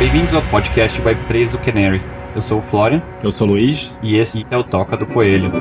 Bem-vindos ao podcast Web3 do Canary. Eu sou o Florian. Eu sou o Luiz. E esse é o Toca do Coelho.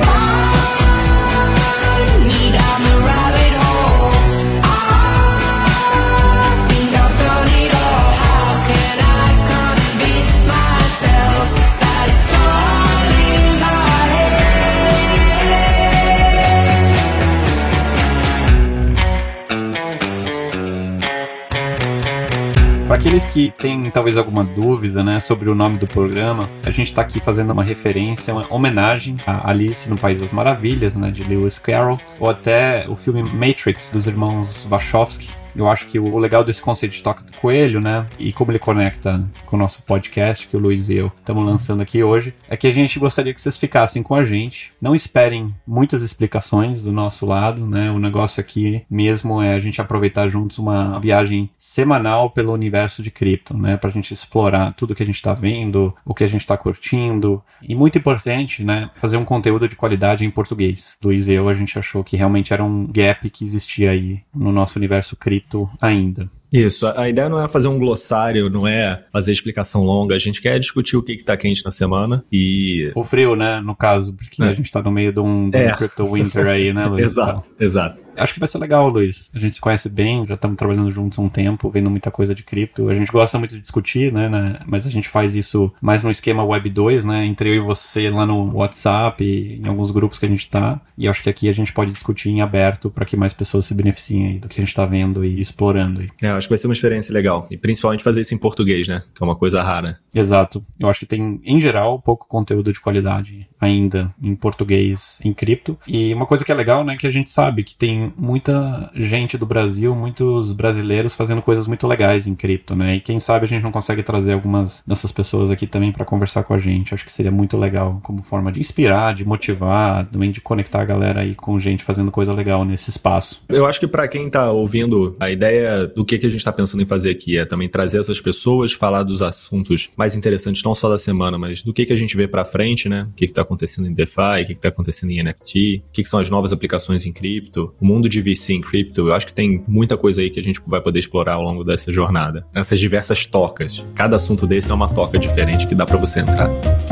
Para aqueles que têm talvez alguma dúvida, né, sobre o nome do programa, a gente está aqui fazendo uma referência, uma homenagem a Alice no País das Maravilhas, né, de Lewis Carroll, ou até o filme Matrix dos irmãos Wachowski. Eu acho que o legal desse conceito de Toca do Coelho, né, e como ele conecta com o nosso podcast, que o Luiz e eu estamos lançando aqui hoje, é que a gente gostaria que vocês ficassem com a gente. Não esperem muitas explicações do nosso lado, né, o negócio aqui mesmo é a gente aproveitar juntos uma viagem semanal pelo universo de cripto, né, pra gente explorar tudo que a gente tá vendo, o que a gente tá curtindo, e muito importante, né, fazer um conteúdo de qualidade em português. Luiz e eu, a gente achou que realmente era um gap que existia aí no nosso universo cripto ainda. Isso, a ideia não é fazer um glossário, não é fazer explicação longa, a gente quer discutir o que tá quente na semana e... O frio, né, no caso, porque a gente tá no meio de um Crypto Winter aí, né, Luiz? Exato. Acho que vai ser legal, Luiz. A gente se conhece bem, já estamos trabalhando juntos há um tempo, vendo muita coisa de cripto. A gente gosta muito de discutir, né, mas a gente faz isso mais no esquema Web 2, né, entre eu e você lá no WhatsApp e em alguns grupos que a gente tá. E acho que aqui a gente pode discutir em aberto para que mais pessoas se beneficiem aí do que a gente tá vendo e explorando aí. Acho que vai ser uma experiência legal. E principalmente fazer isso em português, né, que é uma coisa rara. Exato. Eu acho que tem, em geral, pouco conteúdo de qualidade ainda em português, em cripto. E uma coisa que é legal, né, que a gente sabe que tem muita gente do Brasil, muitos brasileiros fazendo coisas muito legais em cripto, né? E quem sabe a gente não consegue trazer algumas dessas pessoas aqui também para conversar com a gente. Acho que seria muito legal como forma de inspirar, de motivar, também de conectar a galera aí com gente fazendo coisa legal nesse espaço. Eu acho que para quem tá ouvindo, a ideia do que a gente tá pensando em fazer aqui é também trazer essas pessoas, falar dos assuntos mais interessantes, não só da semana, mas do que a gente vê pra frente, né? O que tá acontecendo em DeFi, o que tá acontecendo em NFT, o que são as novas aplicações em cripto, o mundo de VC em cripto. Eu acho que tem muita coisa aí que a gente vai poder explorar ao longo dessa jornada. Essas diversas tocas. Cada assunto desse é uma toca diferente que dá pra você entrar.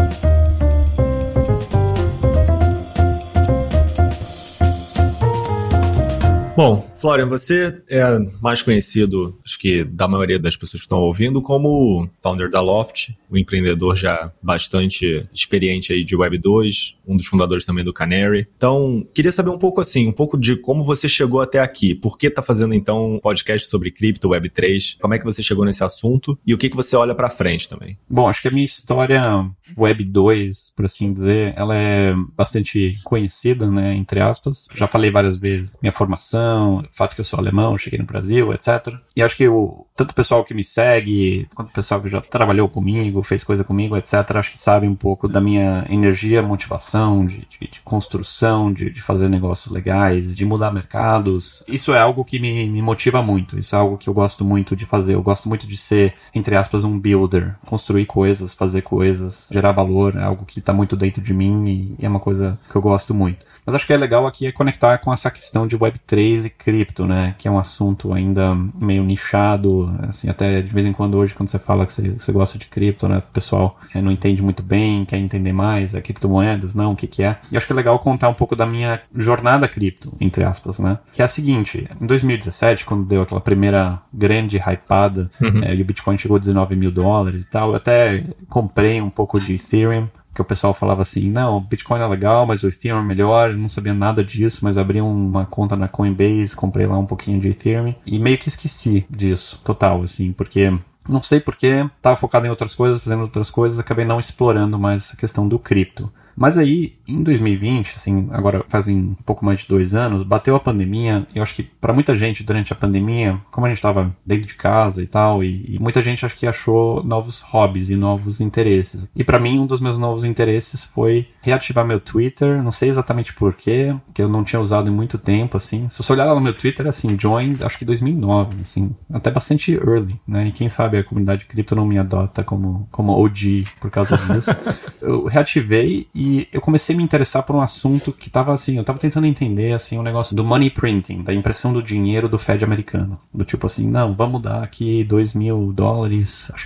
Bom, Florian, você é mais conhecido, acho que da maioria das pessoas que estão ouvindo, como founder da Loft, um empreendedor já bastante experiente aí de Web 2, um dos fundadores também do Canary. Então, queria saber um pouco de como você chegou até aqui. Por que tá fazendo então um podcast sobre cripto, Web 3? Como é que você chegou nesse assunto? E o que você olha pra frente também? Bom, acho que a minha história Web 2, por assim dizer, ela é bastante conhecida, né, entre aspas. Já falei várias vezes minha formação, o fato que eu sou alemão, cheguei no Brasil, etc. E acho que tanto o pessoal que me segue, quanto o pessoal que já trabalhou comigo, fez coisa comigo, etc., acho que sabe um pouco da minha energia, motivação, de construção, de fazer negócios legais, de mudar mercados. Isso é algo que me motiva muito, isso é algo que eu gosto muito de fazer. Eu gosto muito de ser, entre aspas, um builder, construir coisas, fazer coisas, gerar valor, é algo que está muito dentro de mim e é uma coisa que eu gosto muito. Mas acho que é legal aqui é conectar com essa questão de Web3 e cripto, né? Que é um assunto ainda meio nichado, assim, até de vez em quando hoje, quando você fala que você gosta de cripto, né? O pessoal não entende muito bem, quer entender mais, criptomoedas, não, o que é. E acho que é legal contar um pouco da minha jornada cripto, entre aspas, né? Que é a seguinte, em 2017, quando deu aquela primeira grande hypada, e o Bitcoin chegou a $19 mil e tal, eu até comprei um pouco de Ethereum, que o pessoal falava assim, não, o Bitcoin é legal, mas o Ethereum é melhor, eu não sabia nada disso, mas abri uma conta na Coinbase, comprei lá um pouquinho de Ethereum, e meio que esqueci disso, total, assim, porque... Não sei porquê, estava focado em outras coisas, fazendo outras coisas, acabei não explorando mais essa questão do cripto. Mas aí, em 2020, assim, agora fazem um pouco mais de 2 anos, bateu a pandemia, e eu acho que para muita gente durante a pandemia, como a gente estava dentro de casa e tal, e muita gente acho que achou novos hobbies e novos interesses. E para mim, um dos meus novos interesses foi reativar meu Twitter, não sei exatamente porquê, que eu não tinha usado em muito tempo, assim. Se você olhar lá no meu Twitter, assim, join, acho que 2009, assim, até bastante early, né? E quem sabe a comunidade cripto não me adota como OG por causa disso. Eu reativei e eu comecei a me interessar por um assunto que tava assim, eu tava tentando entender assim o negócio do money printing, da impressão do dinheiro do Fed americano. Do tipo assim, não, vamos dar aqui $2 mil, acho que era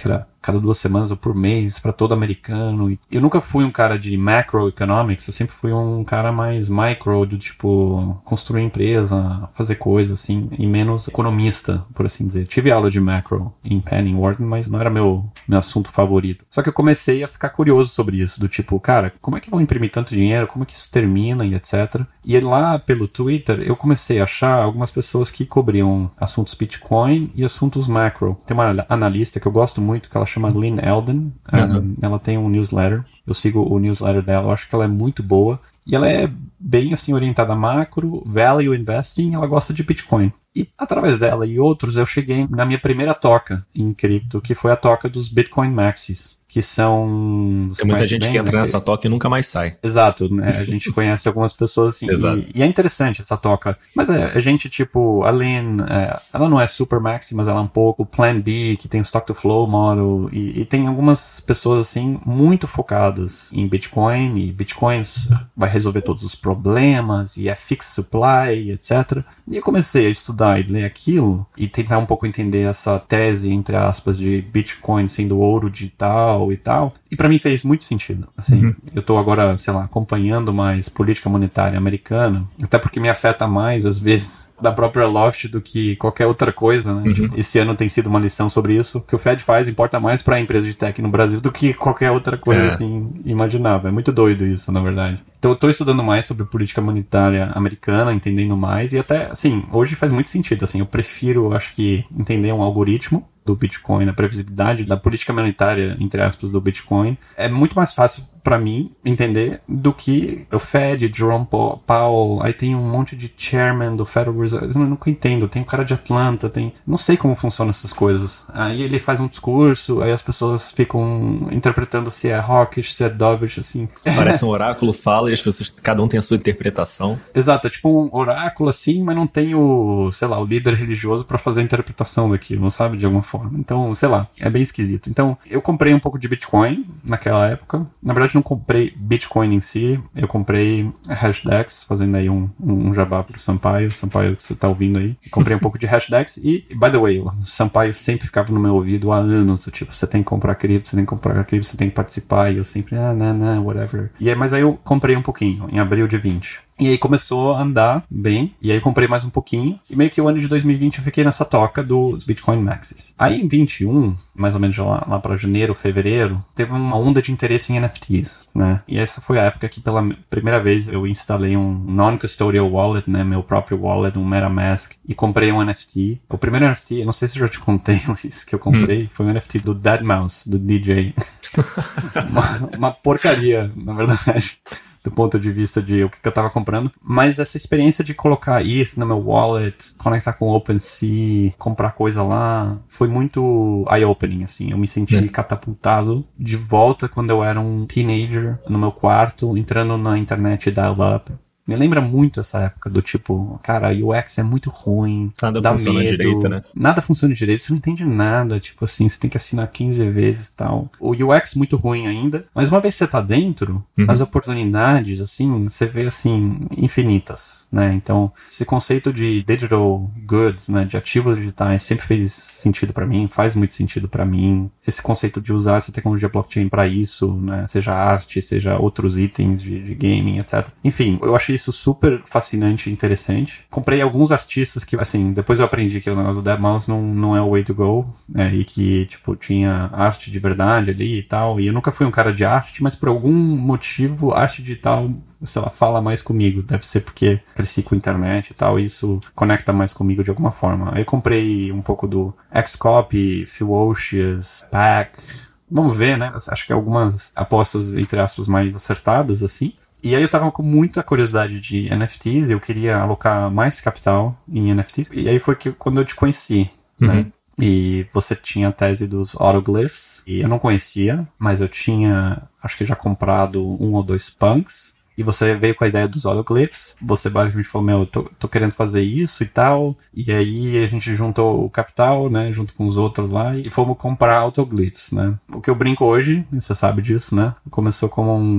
cada 2 semanas ou por mês para todo americano. E eu nunca fui um cara de macroeconomics, eu sempre fui um cara mais micro, do tipo, construir empresa, fazer coisa, assim, e menos economista, por assim dizer. Tive aula de macro em Penn, em Wharton, mas não era meu assunto favorito. Só que eu comecei a ficar curioso sobre isso, do tipo, cara, como é que vão imprimir tanto dinheiro, como é que isso termina e etc. E lá pelo Twitter, eu comecei a achar algumas pessoas que cobriam assuntos Bitcoin e assuntos macro. Tem uma analista que eu gosto muito, que ela chama Lynn Elden. Ela tem um newsletter. Eu sigo o newsletter dela, eu acho que ela é muito boa. E ela é bem assim orientada a macro, value investing, ela gosta de Bitcoin. E através dela e outros, eu cheguei na minha primeira toca em cripto, que foi a toca dos Bitcoin Maxis, que são... Tem muita gente que entra nessa toca e nunca mais sai. Exato, né? A gente conhece algumas pessoas assim. Exato. E é interessante essa toca. Mas é gente tipo, a Lynn, ela não é super maxi, mas ela é um pouco. Plan B, que tem o Stock to Flow Model. E tem algumas pessoas assim, muito focadas em Bitcoin. E Bitcoin vai resolver todos os problemas. E é fixed supply, etc. E eu comecei a estudar e ler aquilo. E tentar um pouco entender essa tese, entre aspas, de Bitcoin sendo ouro digital e tal. E pra mim fez muito sentido. Assim, eu tô agora, sei lá, acompanhando mais política monetária americana, até porque me afeta mais, às vezes, da própria Loft do que qualquer outra coisa, né? Tipo, esse ano tem sido uma lição sobre isso. O que o Fed faz importa mais pra empresa de tech no Brasil do que qualquer outra coisa, assim, imaginável. É muito doido isso, na verdade. Então eu tô estudando mais sobre política monetária americana, entendendo mais, e até, assim, hoje faz muito sentido, assim, eu prefiro, acho que, entender um algoritmo do Bitcoin, a previsibilidade da política monetária, entre aspas, do Bitcoin, é muito mais fácil para mim entender do que o Fed, Jerome Powell, aí tem um monte de chairman do Federal Reserve, eu nunca entendo, tem um cara de Atlanta, não sei como funcionam essas coisas. Aí ele faz um discurso, aí as pessoas ficam interpretando se é hawkish, se é dovish, assim. Parece um oráculo, fala e as pessoas, cada um tem a sua interpretação. Exato, é tipo um oráculo assim, mas não tem o, sei lá, o líder religioso pra fazer a interpretação daquilo, sabe, de alguma forma. Então, sei lá, é bem esquisito. Então, eu comprei um pouco de Bitcoin naquela época. Na verdade, não comprei Bitcoin em si, eu comprei Hashdex, fazendo aí um jabá pro Sampaio que você tá ouvindo aí. Comprei um pouco de Hashdex e, by the way, o Sampaio sempre ficava no meu ouvido há anos, tipo, você tem que comprar cripto, você tem que participar, e eu sempre, não, whatever. Mas aí eu comprei um pouquinho, em abril de 20. E aí começou a andar bem, e aí comprei mais um pouquinho, e meio que o ano de 2020 eu fiquei nessa toca dos Bitcoin Maxis. Aí em 21, mais ou menos lá para janeiro, fevereiro, teve uma onda de interesse em NFTs, né? E essa foi a época que pela primeira vez eu instalei um non-custodial wallet, né? Meu próprio wallet, um MetaMask, e comprei um NFT. O primeiro NFT, eu não sei se eu já te contei, Luiz, que eu comprei, foi um NFT do Deadmau5, do DJ. uma porcaria, na verdade. Do ponto de vista de o que eu tava comprando, mas essa experiência de colocar ETH no meu wallet, conectar com o OpenSea, comprar coisa lá, foi muito eye-opening, assim, eu me senti catapultado de volta quando eu era um teenager no meu quarto, entrando na internet dial-up. Me lembra muito essa época do tipo, cara, a UX é muito ruim, nada dá funciona medo, direito, né? Nada funciona direito, você não entende nada, tipo assim, você tem que assinar 15 vezes e tal. O UX muito ruim ainda, mas uma vez que você tá dentro, as oportunidades, assim, você vê, assim, infinitas, né? Então, esse conceito de digital goods, né, de ativos digitais sempre fez sentido pra mim, faz muito sentido pra mim. Esse conceito de usar essa tecnologia blockchain pra isso, né, seja arte, seja outros itens de gaming, etc. Enfim, eu achei isso super fascinante e interessante. Comprei alguns artistas que, assim, depois eu aprendi que o negócio do Deadmau5 não é o way to go, e que, tipo, tinha arte de verdade ali e tal, e eu nunca fui um cara de arte, mas por algum motivo, arte digital, sei lá, fala mais comigo. Deve ser porque cresci com internet e tal, e isso conecta mais comigo de alguma forma. Aí eu comprei um pouco do Xcopy, Philosophies, PAC, vamos ver, né? Acho que algumas apostas, entre aspas, mais acertadas, assim. E aí eu tava com muita curiosidade de NFTs, eu queria alocar mais capital em NFTs, e aí foi quando eu te conheci, né? E você tinha a tese dos autoglyphs, e eu não conhecia, mas eu tinha, acho que já comprado 1 ou 2 punks, e você veio com a ideia dos autoglyphs, você basicamente falou, eu tô querendo fazer isso e tal, e aí a gente juntou o capital, né, junto com os outros lá, e fomos comprar autoglyphs, né. O que eu brinco hoje, você sabe disso, né, começou como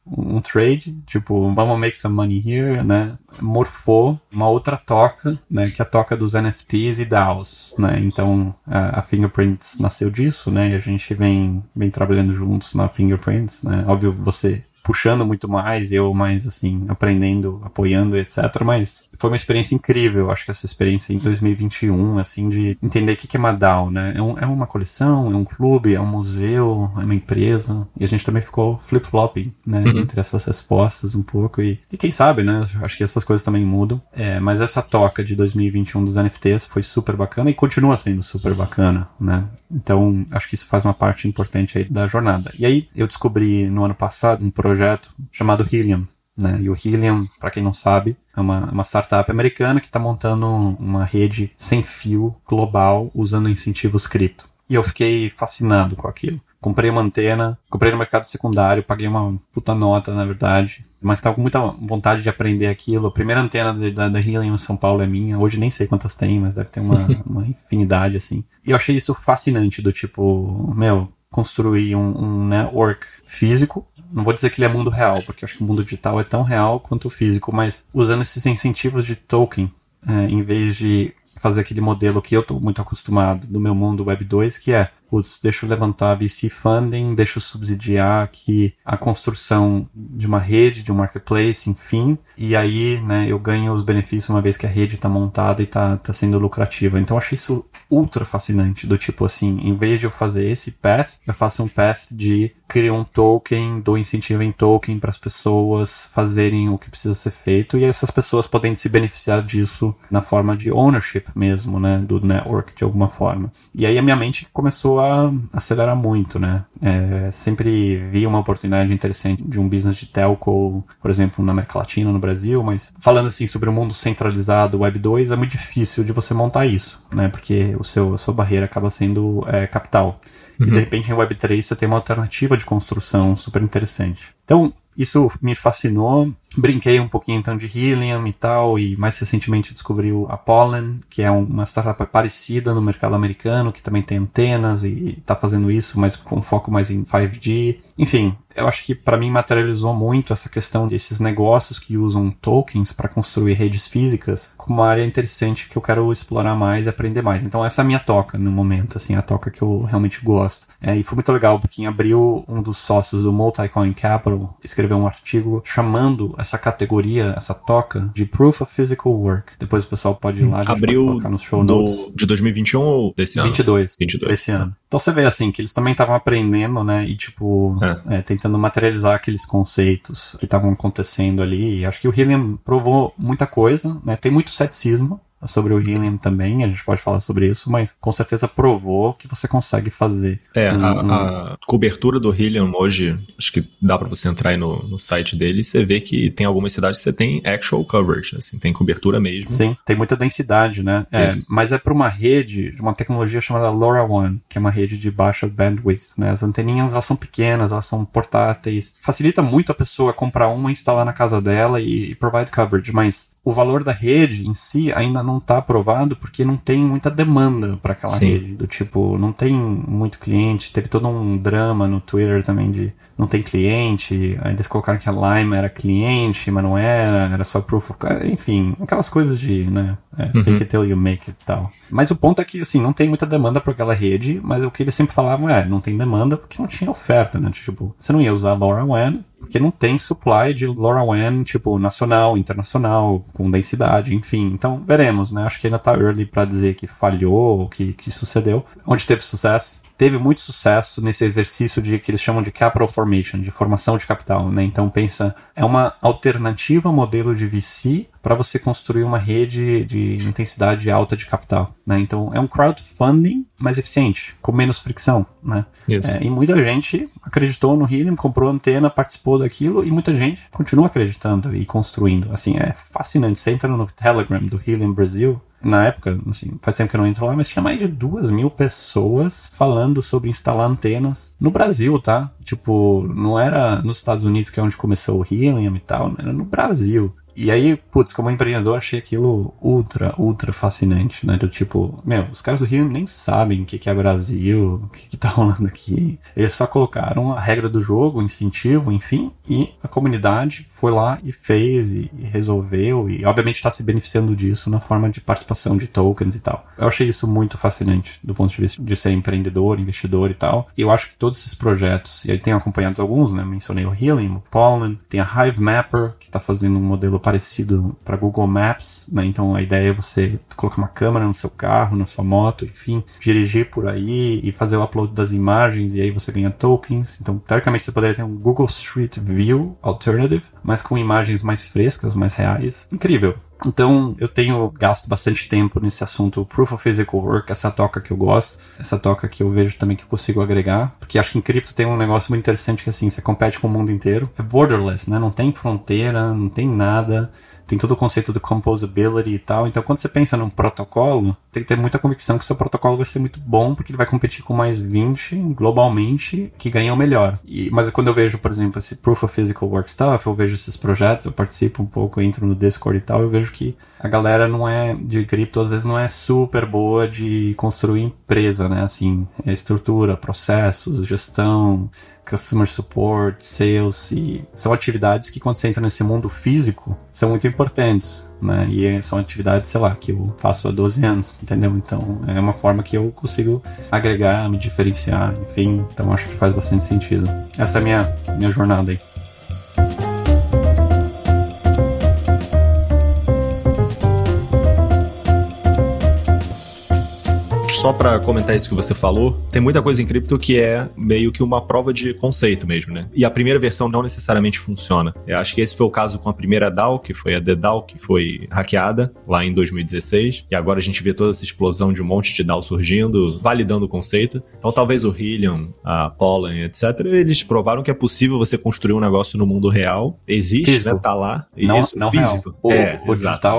um trade, tipo, vamos make some money here, né? Morfou uma outra toca, né? Que é a toca dos NFTs e DAOs, né? Então, a Fingerprints nasceu disso, né? E a gente vem trabalhando juntos na Fingerprints, né? Óbvio, você puxando muito mais, eu mais, assim, aprendendo, apoiando, etc. Mas foi uma experiência incrível, acho que essa experiência em 2021, assim, de entender o que é uma DAO, né? É uma coleção, é um clube, é um museu, é uma empresa, e a gente também ficou flip-flopping, né? Entre essas respostas um pouco, e quem sabe, né? Acho que essas coisas também mudam, mas essa toca de 2021 dos NFTs foi super bacana e continua sendo super bacana, né? Então, acho que isso faz uma parte importante aí da jornada. E aí, eu descobri no ano passado um projeto chamado Helium, né? E o Helium, para quem não sabe, é uma startup americana que está montando uma rede sem fio global usando incentivos cripto. E eu fiquei fascinado com aquilo. Comprei uma antena, comprei no mercado secundário, paguei uma puta nota, na verdade, mas estava com muita vontade de aprender aquilo. A primeira antena da Helium em São Paulo é minha. Hoje nem sei quantas tem, mas deve ter uma infinidade, assim. E eu achei isso fascinante, do tipo, construir um network físico. Não vou dizer que ele é mundo real, porque eu acho que o mundo digital é tão real quanto o físico, mas usando esses incentivos de token, em vez de fazer aquele modelo que eu estou muito acostumado do meu mundo Web 2, que é, deixa eu levantar VC funding, deixa eu subsidiar aqui a construção de uma rede, de um marketplace, enfim, e aí, né, eu ganho os benefícios uma vez que a rede está montada e está sendo lucrativa. Então, eu achei isso ultra fascinante, do tipo assim, em vez de eu fazer esse path, eu faço um path de criar um token, dou incentivo em token para as pessoas fazerem o que precisa ser feito, e essas pessoas podem se beneficiar disso na forma de ownership mesmo, né, do network, de alguma forma. E aí a minha mente começou a acelerar muito, né? Sempre vi uma oportunidade interessante de um business de telco, por exemplo, na América Latina, no Brasil, mas falando assim sobre o mundo centralizado, Web 2, é muito difícil de você montar isso, né? Porque a sua barreira acaba sendo capital. E de repente em Web 3 você tem uma alternativa de construção super interessante. Então, isso me fascinou. Brinquei um pouquinho então de Helium e tal, e mais recentemente descobri a Pollen, que é uma startup parecida no mercado americano, que também tem antenas e está fazendo isso, mas com foco mais em 5G. Enfim, eu acho que para mim materializou muito essa questão desses negócios que usam tokens para construir redes físicas como uma área interessante que eu quero explorar mais e aprender mais. Então essa é a minha toca no momento, assim, a toca que eu realmente gosto. E foi muito legal, porque em abril um dos sócios do Multicoin Capital escreveu um artigo chamando essa categoria, essa toca, de Proof of Physical Work. Depois o pessoal pode ir lá, a gente pode colocar nos show notes. De 2021 ou desse ano? 22. Desse ano. Então você vê assim, que eles também estavam aprendendo, né, e tipo, tentando materializar aqueles conceitos que estavam acontecendo ali. E acho que o Helium provou muita coisa, né, tem muito ceticismo sobre o Helium também, a gente pode falar sobre isso, mas com certeza provou que você consegue fazer. A cobertura do Helium hoje, acho que dá pra você entrar aí no site dele e você vê que tem algumas cidades que você tem actual coverage, assim, tem cobertura mesmo. Sim, tem muita densidade, né? Mas é para uma rede, de uma tecnologia chamada LoRaWAN, que é uma rede de baixa bandwidth, né? As anteninhas, elas são pequenas, elas são portáteis, facilita muito a pessoa comprar uma, instalar na casa dela e provide coverage, mas o valor da rede em si ainda não está aprovado porque não tem muita demanda para aquela rede. Do tipo, não tem muito cliente. Teve todo um drama no Twitter também de não tem cliente. Aí eles colocaram que a Lime era cliente, mas não era só proof of... Enfim, aquelas coisas de, né, fake it till you make it e tal. Mas o ponto é que, assim, não tem muita demanda para aquela rede, mas o que eles sempre falavam não tem demanda porque não tinha oferta, né? Tipo, você não ia usar LoRaWAN porque não tem supply de LoRaWAN, tipo, nacional, internacional, com densidade, enfim. Então, veremos, né? Acho que ainda tá early pra dizer que falhou, que sucedeu. Onde teve sucesso? Teve muito sucesso nesse exercício de que eles chamam de capital formation, de formação de capital, né? Então, pensa, é uma alternativa ao modelo de VC para você construir uma rede de intensidade alta de capital, né? Então, é um crowdfunding mais eficiente, com menos fricção, né? E muita gente acreditou no Helium, comprou antena, participou daquilo, e muita gente continua acreditando e construindo. Assim, é fascinante. Você entra no Telegram do Helium Brasil, na época, assim, faz tempo que eu não entro lá, mas tinha mais de 2.000 pessoas falando sobre instalar antenas no Brasil, tá? Tipo, não era nos Estados Unidos, que é onde começou o Helium e tal, era no Brasil. E aí, putz, como empreendedor, achei aquilo ultra, ultra fascinante, né? Do tipo, os caras do Helium nem sabem o que é Brasil, o que tá rolando aqui. Eles só colocaram a regra do jogo, o incentivo, enfim, e a comunidade foi lá e fez e resolveu, e obviamente está se beneficiando disso na forma de participação de tokens e tal. Eu achei isso muito fascinante do ponto de vista de ser empreendedor, investidor e tal. E eu acho que todos esses projetos, e aí tenho acompanhado alguns, né? Mencionei o Helium, o Pollen, tem a Hive Mapper, que está fazendo um modelo parecido para Google Maps, né? Então a ideia é você colocar uma câmera no seu carro, na sua moto, enfim, dirigir por aí e fazer o upload das imagens, e aí você ganha tokens. Então, teoricamente, você poderia ter um Google Street View Alternative, mas com imagens mais frescas, mais reais. Incrível. Então, eu tenho gasto bastante tempo nesse assunto Proof of Physical Work, essa toca que eu gosto, essa toca que eu vejo também que eu consigo agregar, porque acho que em cripto tem um negócio muito interessante que, assim, você compete com o mundo inteiro, é borderless, né? Não tem fronteira, não tem nada, tem todo o conceito do composability e tal. Então, quando você pensa num protocolo, tem que ter muita convicção que seu protocolo vai ser muito bom, porque ele vai competir com mais 20 globalmente que ganham melhor. Mas quando eu vejo, por exemplo, esse Proof of Physical Work Stuff, eu vejo esses projetos, eu participo um pouco, eu entro no Discord e tal, eu vejo que a galera de cripto, às vezes, não é super boa de construir empresa, né? Assim, estrutura, processos, gestão, customer support, sales, e são atividades que, quando você entra nesse mundo físico, são muito importantes, né? E são atividades, sei lá, que eu faço há 12 anos, entendeu? Então, é uma forma que eu consigo agregar, me diferenciar, enfim. Então, acho que faz bastante sentido. Essa é a minha jornada aí. Só para comentar isso que você falou, tem muita coisa em cripto que é meio que uma prova de conceito mesmo, né? E a primeira versão não necessariamente funciona. Eu acho que esse foi o caso com a primeira DAO, que foi a The DAO, que foi hackeada lá em 2016. E agora a gente vê toda essa explosão de um monte de DAO surgindo, validando o conceito. Então talvez o Helium, a Pollen, etc., eles provaram que é possível você construir um negócio no mundo real. Existe, físico, né? Tá lá. Não físico. Real. O digital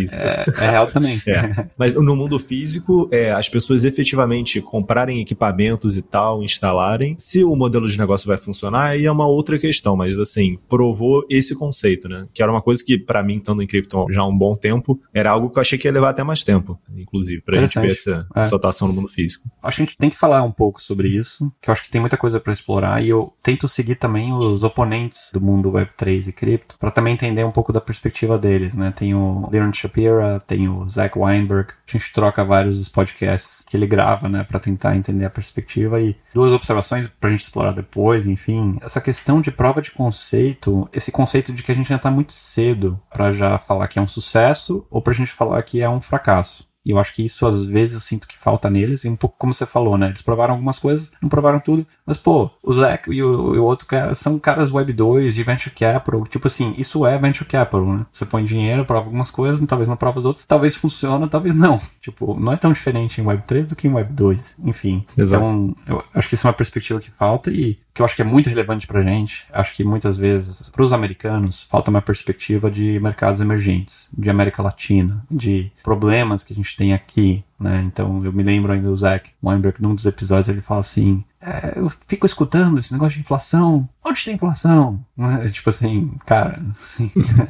é real também. Mas no mundo físico, as pessoas efetivamente comprarem equipamentos e tal, instalarem. Se o modelo de negócio vai funcionar, aí é uma outra questão, mas assim, provou esse conceito, né? Que era uma coisa que, pra mim, estando em cripto já há um bom tempo, era algo que eu achei que ia levar até mais tempo, inclusive, pra gente ver essa atuação no mundo físico. Acho que a gente tem que falar um pouco sobre isso, que eu acho que tem muita coisa pra explorar, e eu tento seguir também os oponentes do mundo Web3 e cripto, pra também entender um pouco da perspectiva deles, né? Tem o Liran Shapira, tem o Zach Weinberg, a gente troca vários dos podcasts que ele grava, né, para tentar entender a perspectiva, e duas observações pra gente explorar depois, enfim. Essa questão de prova de conceito, esse conceito de que a gente ainda tá muito cedo pra já falar que é um sucesso ou pra gente falar que é um fracasso. E eu acho que isso, às vezes, eu sinto que falta neles. E um pouco como você falou, né? Eles provaram algumas coisas, não provaram tudo. Mas, pô, o Zach e o outro cara são caras Web 2 de Venture Capital. Tipo assim, isso é Venture Capital, né? Você põe dinheiro, prova algumas coisas, talvez não prova as outras. Talvez funcione, talvez não. Tipo, não é tão diferente em Web 3 do que em Web 2. Enfim. Exato. Então, eu acho que isso é uma perspectiva que falta e que eu acho que é muito relevante pra gente. Acho que muitas vezes, pros americanos, falta uma perspectiva de mercados emergentes, de América Latina, de problemas que a gente tem aqui, né? Então, eu me lembro ainda do Zach Weinberg, num dos episódios, ele fala assim, eu fico escutando esse negócio de inflação. Onde tem inflação? Tipo assim, cara, assim,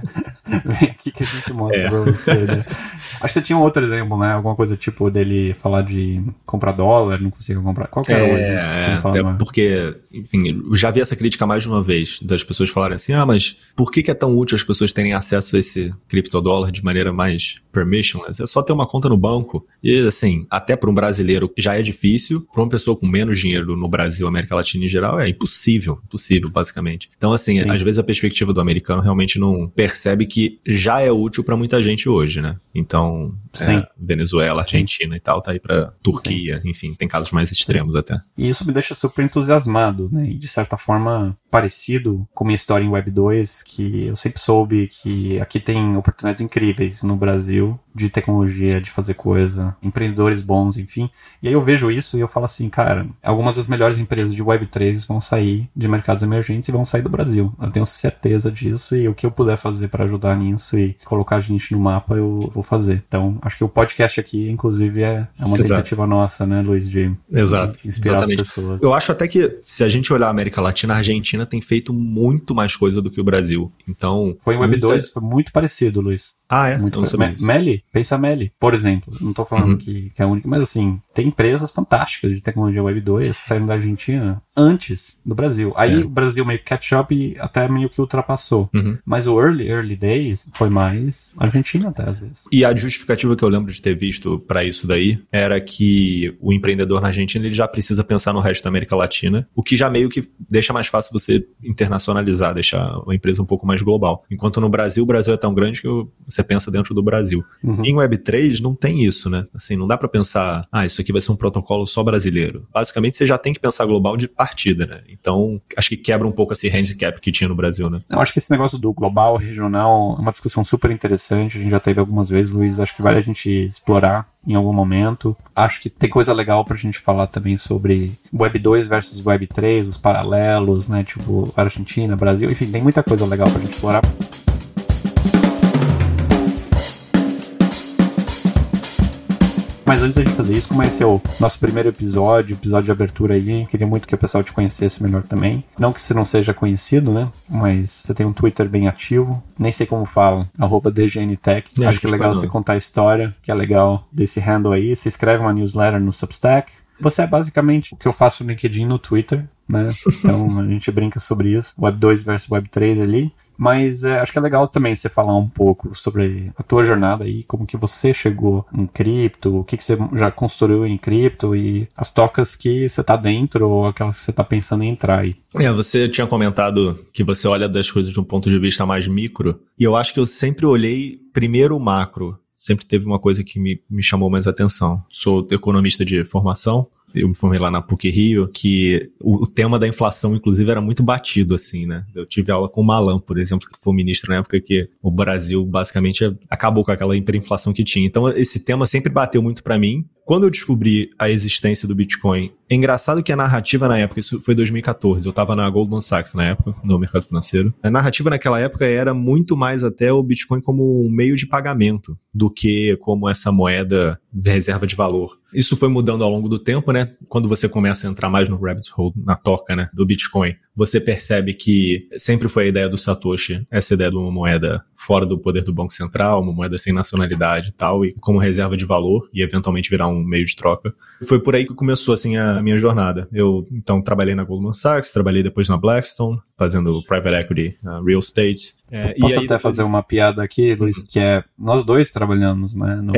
vem aqui que a gente mostra pra você, né? Acho que você tinha um outro exemplo, né? Alguma coisa tipo dele falar de comprar dólar, não consigo comprar. Qual que era o exemplo? Porque, enfim, eu já vi essa crítica mais de uma vez, das pessoas falarem assim, mas por que é tão útil as pessoas terem acesso a esse criptodólar de maneira mais permissionless? É só ter uma conta no banco. E, assim, até para um brasileiro já é difícil, para uma pessoa com menos dinheiro no Brasil, América Latina em geral, é impossível, basicamente. Então, assim, Sim. Às vezes a perspectiva do americano realmente não percebe que já é útil para muita gente hoje, né? Então, Venezuela, Argentina e tal, tá aí pra Turquia, enfim, tem casos mais extremos até. E isso me deixa super entusiasmado, né? E de certa forma parecido com minha história em Web 2, que eu sempre soube que aqui tem oportunidades incríveis no Brasil de tecnologia, de fazer coisa. empreendedores bons, enfim. E aí eu vejo isso e eu falo assim, cara, algumas das melhores empresas de Web3 vão sair de mercados emergentes e vão sair do Brasil. Eu tenho certeza disso e o que eu puder fazer para ajudar nisso e colocar a gente no mapa, eu vou fazer. Então, acho que o podcast aqui, inclusive, é uma tentativa nossa, né, Luiz, de inspirar as pessoas. Eu acho até que, se a gente olhar a América Latina, a Argentina tem feito muito mais coisa do que o Brasil. Então... Foi em Web2, foi muito parecido, Luiz. Ah, é? Muito não sabia isso. Meli, pensa Meli, por exemplo. Não tô falando que é a única, mas assim, tem empresas fantásticas de tecnologia Web 2 saindo da Argentina antes do Brasil. Aí o Brasil meio que catch up e até meio que ultrapassou. Mas o early days foi mais Argentina até às vezes. E a justificativa que eu lembro de ter visto pra isso daí era que o empreendedor na Argentina ele já precisa pensar no resto da América Latina, o que já meio que deixa mais fácil você internacionalizar, deixar a empresa um pouco mais global. Enquanto no Brasil, o Brasil é tão grande que você pensa dentro do Brasil. Em Web3 não tem isso, né? Assim, não dá pra pensar, isso aqui vai ser um protocolo só brasileiro. Basicamente, você já tem que pensar global de partida, né? Então, acho que quebra um pouco esse handicap que tinha no Brasil, né? Eu acho que esse negócio do global, regional, é uma discussão super interessante. A gente já teve algumas vezes, Luiz. Acho que vale a gente explorar em algum momento. Acho que tem coisa legal pra gente falar também sobre Web 2 versus Web 3, os paralelos, né? Tipo, Argentina, Brasil. Enfim, tem muita coisa legal pra gente explorar. Mas antes da gente fazer isso, como esse é o nosso primeiro episódio de abertura aí, queria muito que o pessoal te conhecesse melhor também. Não que você não seja conhecido, né? Mas você tem um Twitter bem ativo. Nem sei como fala, @DGNTech. Acho que é legal você contar a história, que é legal desse handle aí. Você escreve uma newsletter no Substack. Você é basicamente o que eu faço no LinkedIn e no Twitter, né? Então a gente brinca sobre isso. Web 2 versus Web 3 ali. Mas acho que é legal também você falar um pouco sobre a tua jornada aí, como que você chegou em cripto, o que você já construiu em cripto e as tocas que você tá dentro ou aquelas que você tá pensando em entrar aí. Você tinha comentado que você olha das coisas de um ponto de vista mais micro, e eu acho que eu sempre olhei primeiro o macro. Sempre teve uma coisa que me chamou mais atenção. Sou economista de formação. Eu me formei lá na PUC-Rio, que o tema da inflação, inclusive, era muito batido, assim, né? Eu tive aula com o Malan, por exemplo, que foi ministro na época que o Brasil, basicamente, acabou com aquela hiperinflação que tinha. Então, esse tema sempre bateu muito pra mim. Quando eu descobri a existência do Bitcoin, é engraçado que a narrativa na época, isso foi 2014, eu estava na Goldman Sachs na época, no mercado financeiro. A narrativa naquela época era muito mais até o Bitcoin como um meio de pagamento do que como essa moeda de reserva de valor. Isso foi mudando ao longo do tempo, né? Quando você começa a entrar mais no rabbit hole, na toca, né, do Bitcoin, você percebe que sempre foi a ideia do Satoshi, essa ideia de uma moeda fora do poder do Banco Central, uma moeda sem nacionalidade e tal, e como reserva de valor, e eventualmente virar um meio de troca. Foi por aí que começou, assim, a minha jornada. Eu, então, trabalhei na Goldman Sachs, trabalhei depois na Blackstone, fazendo private equity, real estate. Posso até fazer uma piada aqui, Luiz, que é, nós dois trabalhamos, né, no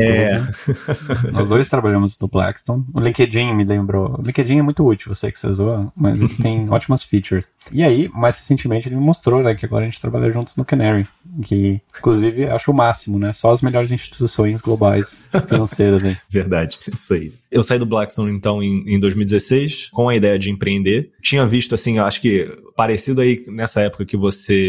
grupo. Nós dois trabalhamos no Blackstone. O LinkedIn me lembrou. O LinkedIn é muito útil, eu sei que você zoa, mas ele tem ótimas features. E aí, mais recentemente, ele me mostrou, né, que agora a gente trabalha juntos no Canary, que, inclusive, acho o máximo, né, só as melhores instituições globais financeiras, né. Verdade, isso aí. Eu saí do Blackstone, então, em 2016, com a ideia de empreender. Tinha visto, assim, acho que parecido aí nessa época que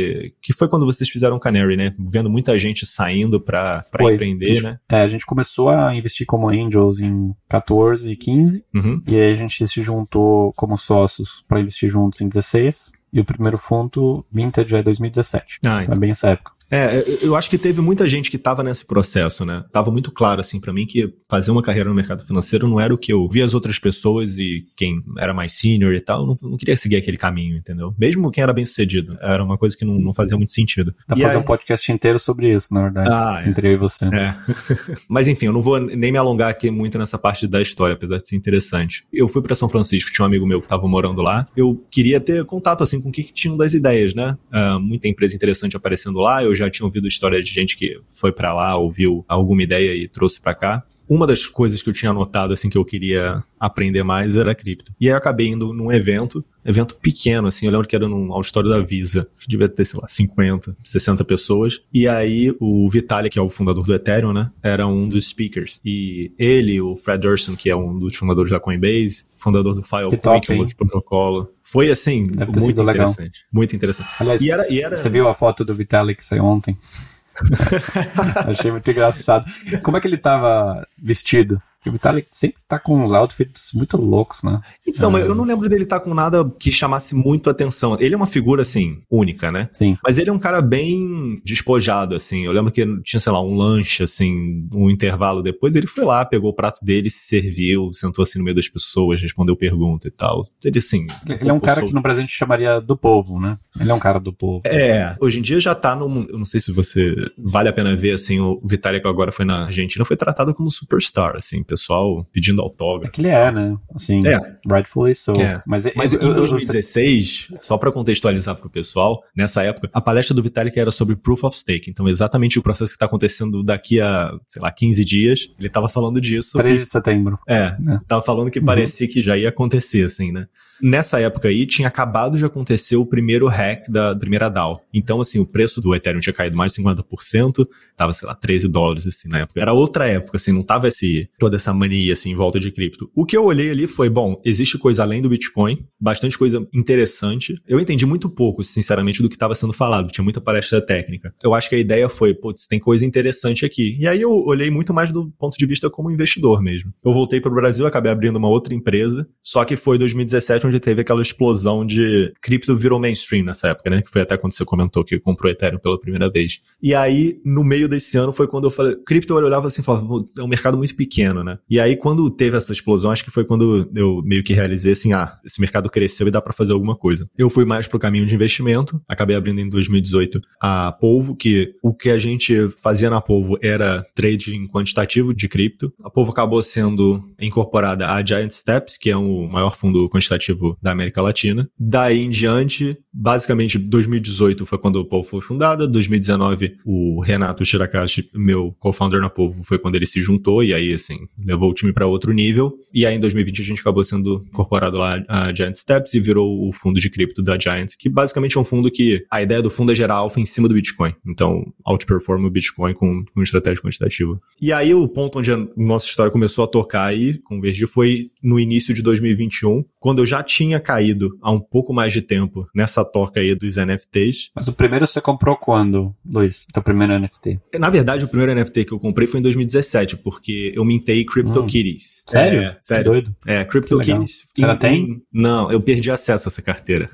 foi quando vocês fizeram o Canary, né, vendo muita gente saindo pra empreender, né. A gente começou a investir como angels em 14 e 15, e aí a gente se juntou como sócios pra investir juntos em 16, e o primeiro fundo Vintage é 2017. É bem essa época. Eu acho que teve muita gente que tava nesse processo, né? Tava muito claro, assim, pra mim que fazer uma carreira no mercado financeiro não era o que eu via as outras pessoas e quem era mais senior e tal, não queria seguir aquele caminho, entendeu? Mesmo quem era bem sucedido, era uma coisa que não fazia muito sentido. Dá pra fazer um podcast inteiro sobre isso, na verdade, entre eu e você. Mas enfim, eu não vou nem me alongar aqui muito nessa parte da história, apesar de ser interessante. Eu fui pra São Francisco, tinha um amigo meu que tava morando lá, eu queria ter contato, assim, com o que tinham das ideias, né? Muita empresa interessante aparecendo lá, eu já tinha ouvido história de gente que foi pra lá, ouviu alguma ideia e trouxe pra cá. Uma das coisas que eu tinha anotado, assim, que eu queria aprender mais era cripto. E aí eu acabei indo num evento pequeno, assim, eu lembro que era num auditório da Visa, que devia ter, sei lá, 50, 60 pessoas. E aí o Vitalik, que é o fundador do Ethereum, né, era um dos speakers. E ele, o Fred Durson, que é um dos fundadores da Coinbase, fundador do Filecoin, que é um outro protocolo. Foi, assim, muito interessante. Legal. Muito interessante. Aliás, você viu a foto do Vitalik que saiu ontem? Achei muito engraçado. Como é que ele tava vestido? O Vitalik sempre tá com uns outfits muito loucos, né? Então, mas eu não lembro dele estar com nada que chamasse muito atenção. Ele é uma figura, assim, única, né? Sim. Mas ele é um cara bem despojado, assim. Eu lembro que tinha, sei lá, um lanche, assim, um intervalo depois. Ele foi lá, pegou o prato dele, se serviu, sentou assim no meio das pessoas, respondeu pergunta e tal. Ele, assim... Ele é um cara que no Brasil a gente chamaria do povo, né? Ele é um cara do povo. Hoje em dia já tá num... Eu não sei se você... Vale a pena ver, assim, o Vitalik agora foi na Argentina, foi tratado como superstar, assim, pessoal pedindo autógrafo. É que ele é, né? Assim, rightfully so. Mas em 2016, só pra contextualizar pro pessoal, nessa época, a palestra do Vitalik era sobre Proof of Stake. Então, exatamente o processo que tá acontecendo daqui a, sei lá, 15 dias, ele tava falando disso. 13 de setembro. Tava falando que parecia que já ia acontecer, assim, né? Nessa época aí, tinha acabado de acontecer o primeiro hack da primeira DAO. Então, assim, o preço do Ethereum tinha caído mais de 50%, tava, sei lá, $13, assim, na época. Era outra época, assim, não tava toda essa mania, assim, em volta de cripto. O que eu olhei ali foi, bom, existe coisa além do Bitcoin, bastante coisa interessante. Eu entendi muito pouco, sinceramente, do que estava sendo falado. Tinha muita palestra técnica. Eu acho que a ideia foi, putz, tem coisa interessante aqui. E aí eu olhei muito mais do ponto de vista como investidor mesmo. Eu voltei para o Brasil, acabei abrindo uma outra empresa, só que foi 2017 onde teve aquela explosão de cripto virou mainstream nessa época, né? Que foi até quando você comentou que comprou Ethereum pela primeira vez. E aí, no meio desse ano, foi quando eu falei, cripto eu olhava assim e falava, é um mercado muito pequeno, né? E aí, quando teve essa explosão, acho que foi quando eu meio que realizei assim, esse mercado cresceu e dá pra fazer alguma coisa. Eu fui mais pro caminho de investimento, acabei abrindo em 2018 a Polvo, que o que a gente fazia na Polvo era trading quantitativo de cripto. A Polvo acabou sendo incorporada à Giant Steps, que é o maior fundo quantitativo da América Latina. Daí em diante, basicamente 2018 foi quando a Polvo foi fundada, 2019 o Renato Shirakashi, meu co-founder na Polvo, foi quando ele se juntou e aí, assim, levou o time para outro nível. E aí em 2020 a gente acabou sendo incorporado lá a Giant Steps e virou o fundo de cripto da Giant, que basicamente é um fundo que a ideia do fundo é gerar alfa em cima do Bitcoin. Então, outperforma o Bitcoin com estratégia quantitativa. E aí o ponto onde a nossa história começou a tocar aí, convergir, foi no início de 2021, quando eu já tinha caído há um pouco mais de tempo nessa toca aí dos NFTs. Mas o primeiro você comprou quando, Luiz? Teu primeiro NFT? Na verdade, o primeiro NFT que eu comprei foi em 2017, porque eu mintei CryptoKitties. Sério? Sério. Que doido. CryptoKitties. Você ainda tem? Não, eu perdi acesso a essa carteira.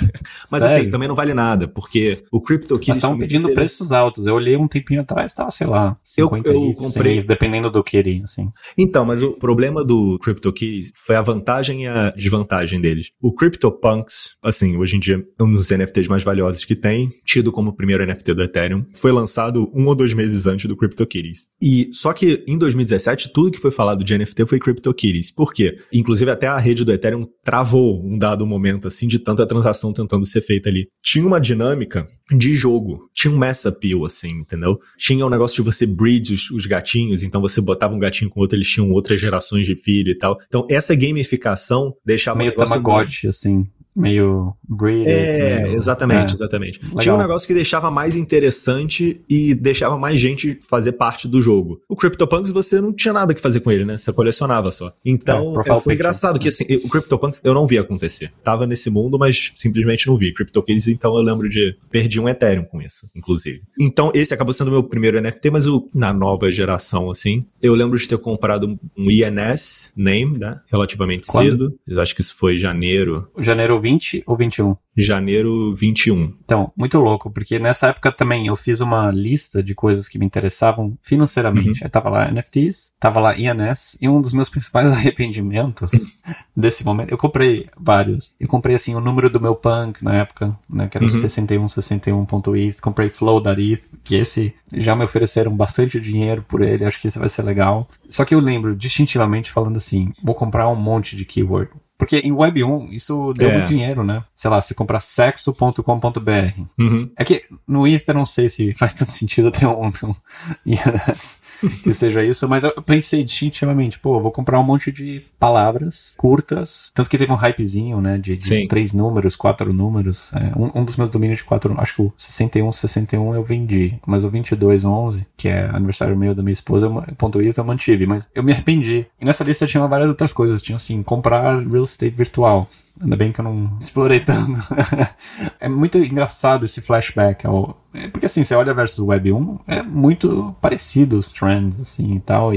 Mas Sério? assim, também não vale nada, porque o CryptoKitties... Mas estavam pedindo preços altos. Eu olhei um tempinho atrás, tava, sei lá, 50 eu comprei... 100, dependendo do Kitty, assim. Então, mas o problema do CryptoKitties foi a vantagem e a desvantagem deles. O CryptoPunks, assim, hoje em dia, é um dos NFTs mais valiosos que tem, tido como o primeiro NFT do Ethereum, foi lançado 1 ou 2 meses antes do CryptoKitties. E só que em 2017, tudo que foi falado de NFT foi CryptoKitties. Por quê? Inclusive até a rede do Ethereum travou um dado momento, assim, de tanta transação tentando ser feita ali. Tinha uma dinâmica de jogo, tinha um mass appeal, assim, entendeu? Tinha um negócio de você breed os gatinhos, então você botava um gatinho com outro, eles tinham outras gerações de filho e tal. Então essa gamificação deixava... Meio Tamagotchi, assim. Meio breed. Exatamente. Legal. Tinha um negócio que deixava mais interessante e deixava mais gente fazer parte do jogo. O CryptoPunks você não tinha nada que fazer com ele, né? Você colecionava só. Então, foi engraçado que assim, o CryptoPunks eu não vi acontecer. Tava nesse mundo, mas simplesmente não vi. CryptoKitties, então eu lembro de... Perdi um Ethereum com isso, inclusive. Então, esse acabou sendo o meu primeiro NFT, mas na nova geração, assim, eu lembro de ter comprado um INS name, né? Relativamente cedo. Eu acho que isso foi janeiro. Janeiro 20 ou 21? Janeiro 21. Então, muito louco, porque nessa época também eu fiz uma lista de coisas que me interessavam financeiramente. Aí tava lá NFTs, tava lá INS, e um dos meus principais arrependimentos desse momento, eu comprei vários. Eu comprei, assim, o número do meu punk na época, né, que era o 61.ETH, comprei Flow.ETH, que esse já me ofereceram bastante dinheiro por ele, acho que esse vai ser legal. Só que eu lembro distintivamente falando assim, vou comprar um monte de keyword. Porque em Web 1, isso deu muito dinheiro, né? Sei lá, você comprar sexo.com.br. É que no Ether eu não sei se faz tanto sentido ter um que seja isso, mas eu pensei distintivamente, pô, eu vou comprar um monte de palavras curtas, tanto que teve um hypezinho, né, de 3 números, 4 números. Um dos meus domínios de 4, acho que o 61 eu vendi, mas o 2211, que é aniversário meu da minha esposa, .eth eu mantive, mas eu me arrependi. E nessa lista tinha várias outras coisas, tinha assim, comprar real estate virtual. Ainda bem que eu não explorei tanto. É muito engraçado esse flashback. Porque assim, você olha versus Web 1, é muito parecido os trends, assim, e tal, e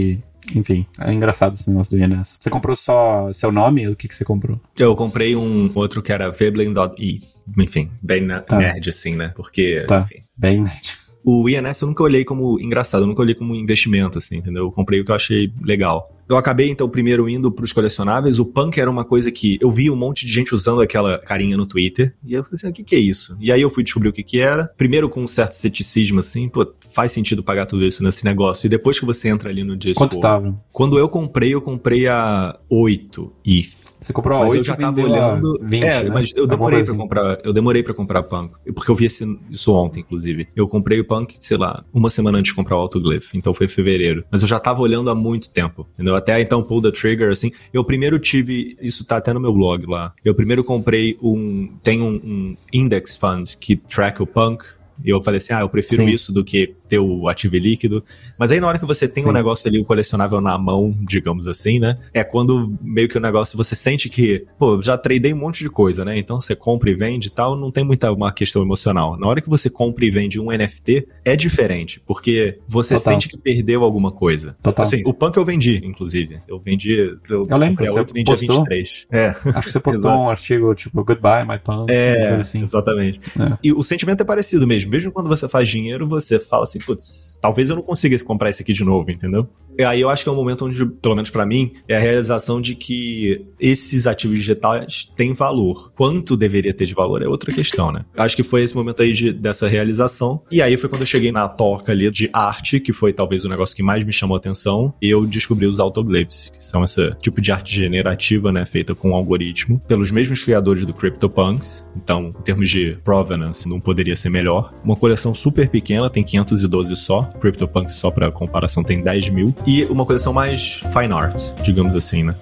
Enfim, é engraçado esse negócio do INS. Você comprou só seu nome? O que você comprou? Eu comprei um outro que era Veblen.e. Enfim, bem nerd assim, né? Porque, enfim. Bem nerd. O INS eu nunca olhei como engraçado, eu nunca olhei como investimento, assim, entendeu? Eu comprei o que eu achei legal. Eu acabei, então, primeiro indo pros colecionáveis. O punk era uma coisa que eu vi um monte de gente usando aquela carinha no Twitter. E eu falei assim, o que é isso? E aí eu fui descobrir o que era. Primeiro com um certo ceticismo, assim, pô, faz sentido pagar tudo isso nesse negócio. E depois que você entra ali no Discord... Quanto tava? Quando eu comprei a 8 ETH. Você comprou a 8 mas eu já tava olhando... 20, né? Mas eu demorei pra comprar Punk. Porque eu vi isso ontem, inclusive. Eu comprei o Punk, sei lá, uma semana antes de comprar o Autoglyph. Então foi fevereiro. Mas eu já tava olhando há muito tempo, entendeu? Até então, pull the trigger, assim. Eu primeiro tive... Isso tá até no meu blog lá. Eu primeiro comprei tem um index fund que track o Punk. E eu falei assim, eu prefiro isso do que ter o ativo líquido. Mas aí na hora que você tem um negócio ali, o colecionável na mão, digamos assim, né? É quando meio que o negócio, você sente que, pô, já tradei um monte de coisa, né? Então você compra e vende e tal, não tem muita uma questão emocional. Na hora que você compra e vende um NFT, é diferente, porque você sente que perdeu alguma coisa. Assim, o Punk eu vendi, inclusive. Eu lembro, você postou? 23. Acho que você postou um artigo tipo, Goodbye, my Punk. Assim. Exatamente. E o sentimento é parecido mesmo. Mesmo quando você faz dinheiro, você fala assim, putz, talvez eu não consiga comprar esse aqui de novo, entendeu? E aí eu acho que é um momento onde, pelo menos pra mim, é a realização de que esses ativos digitais têm valor. Quanto deveria ter de valor é outra questão, né? Acho que foi esse momento aí dessa realização. E aí foi quando eu cheguei na toca ali de arte, que foi talvez o negócio que mais me chamou a atenção, e eu descobri os autoglyphs, que são esse tipo de arte generativa, né, feita com um algoritmo, pelos mesmos criadores do CryptoPunks. Então, em termos de provenance, não poderia ser melhor. Uma coleção super pequena, tem 512 só. CryptoPunks, só pra comparação, tem 10 mil. E uma coleção mais fine art, digamos assim, né?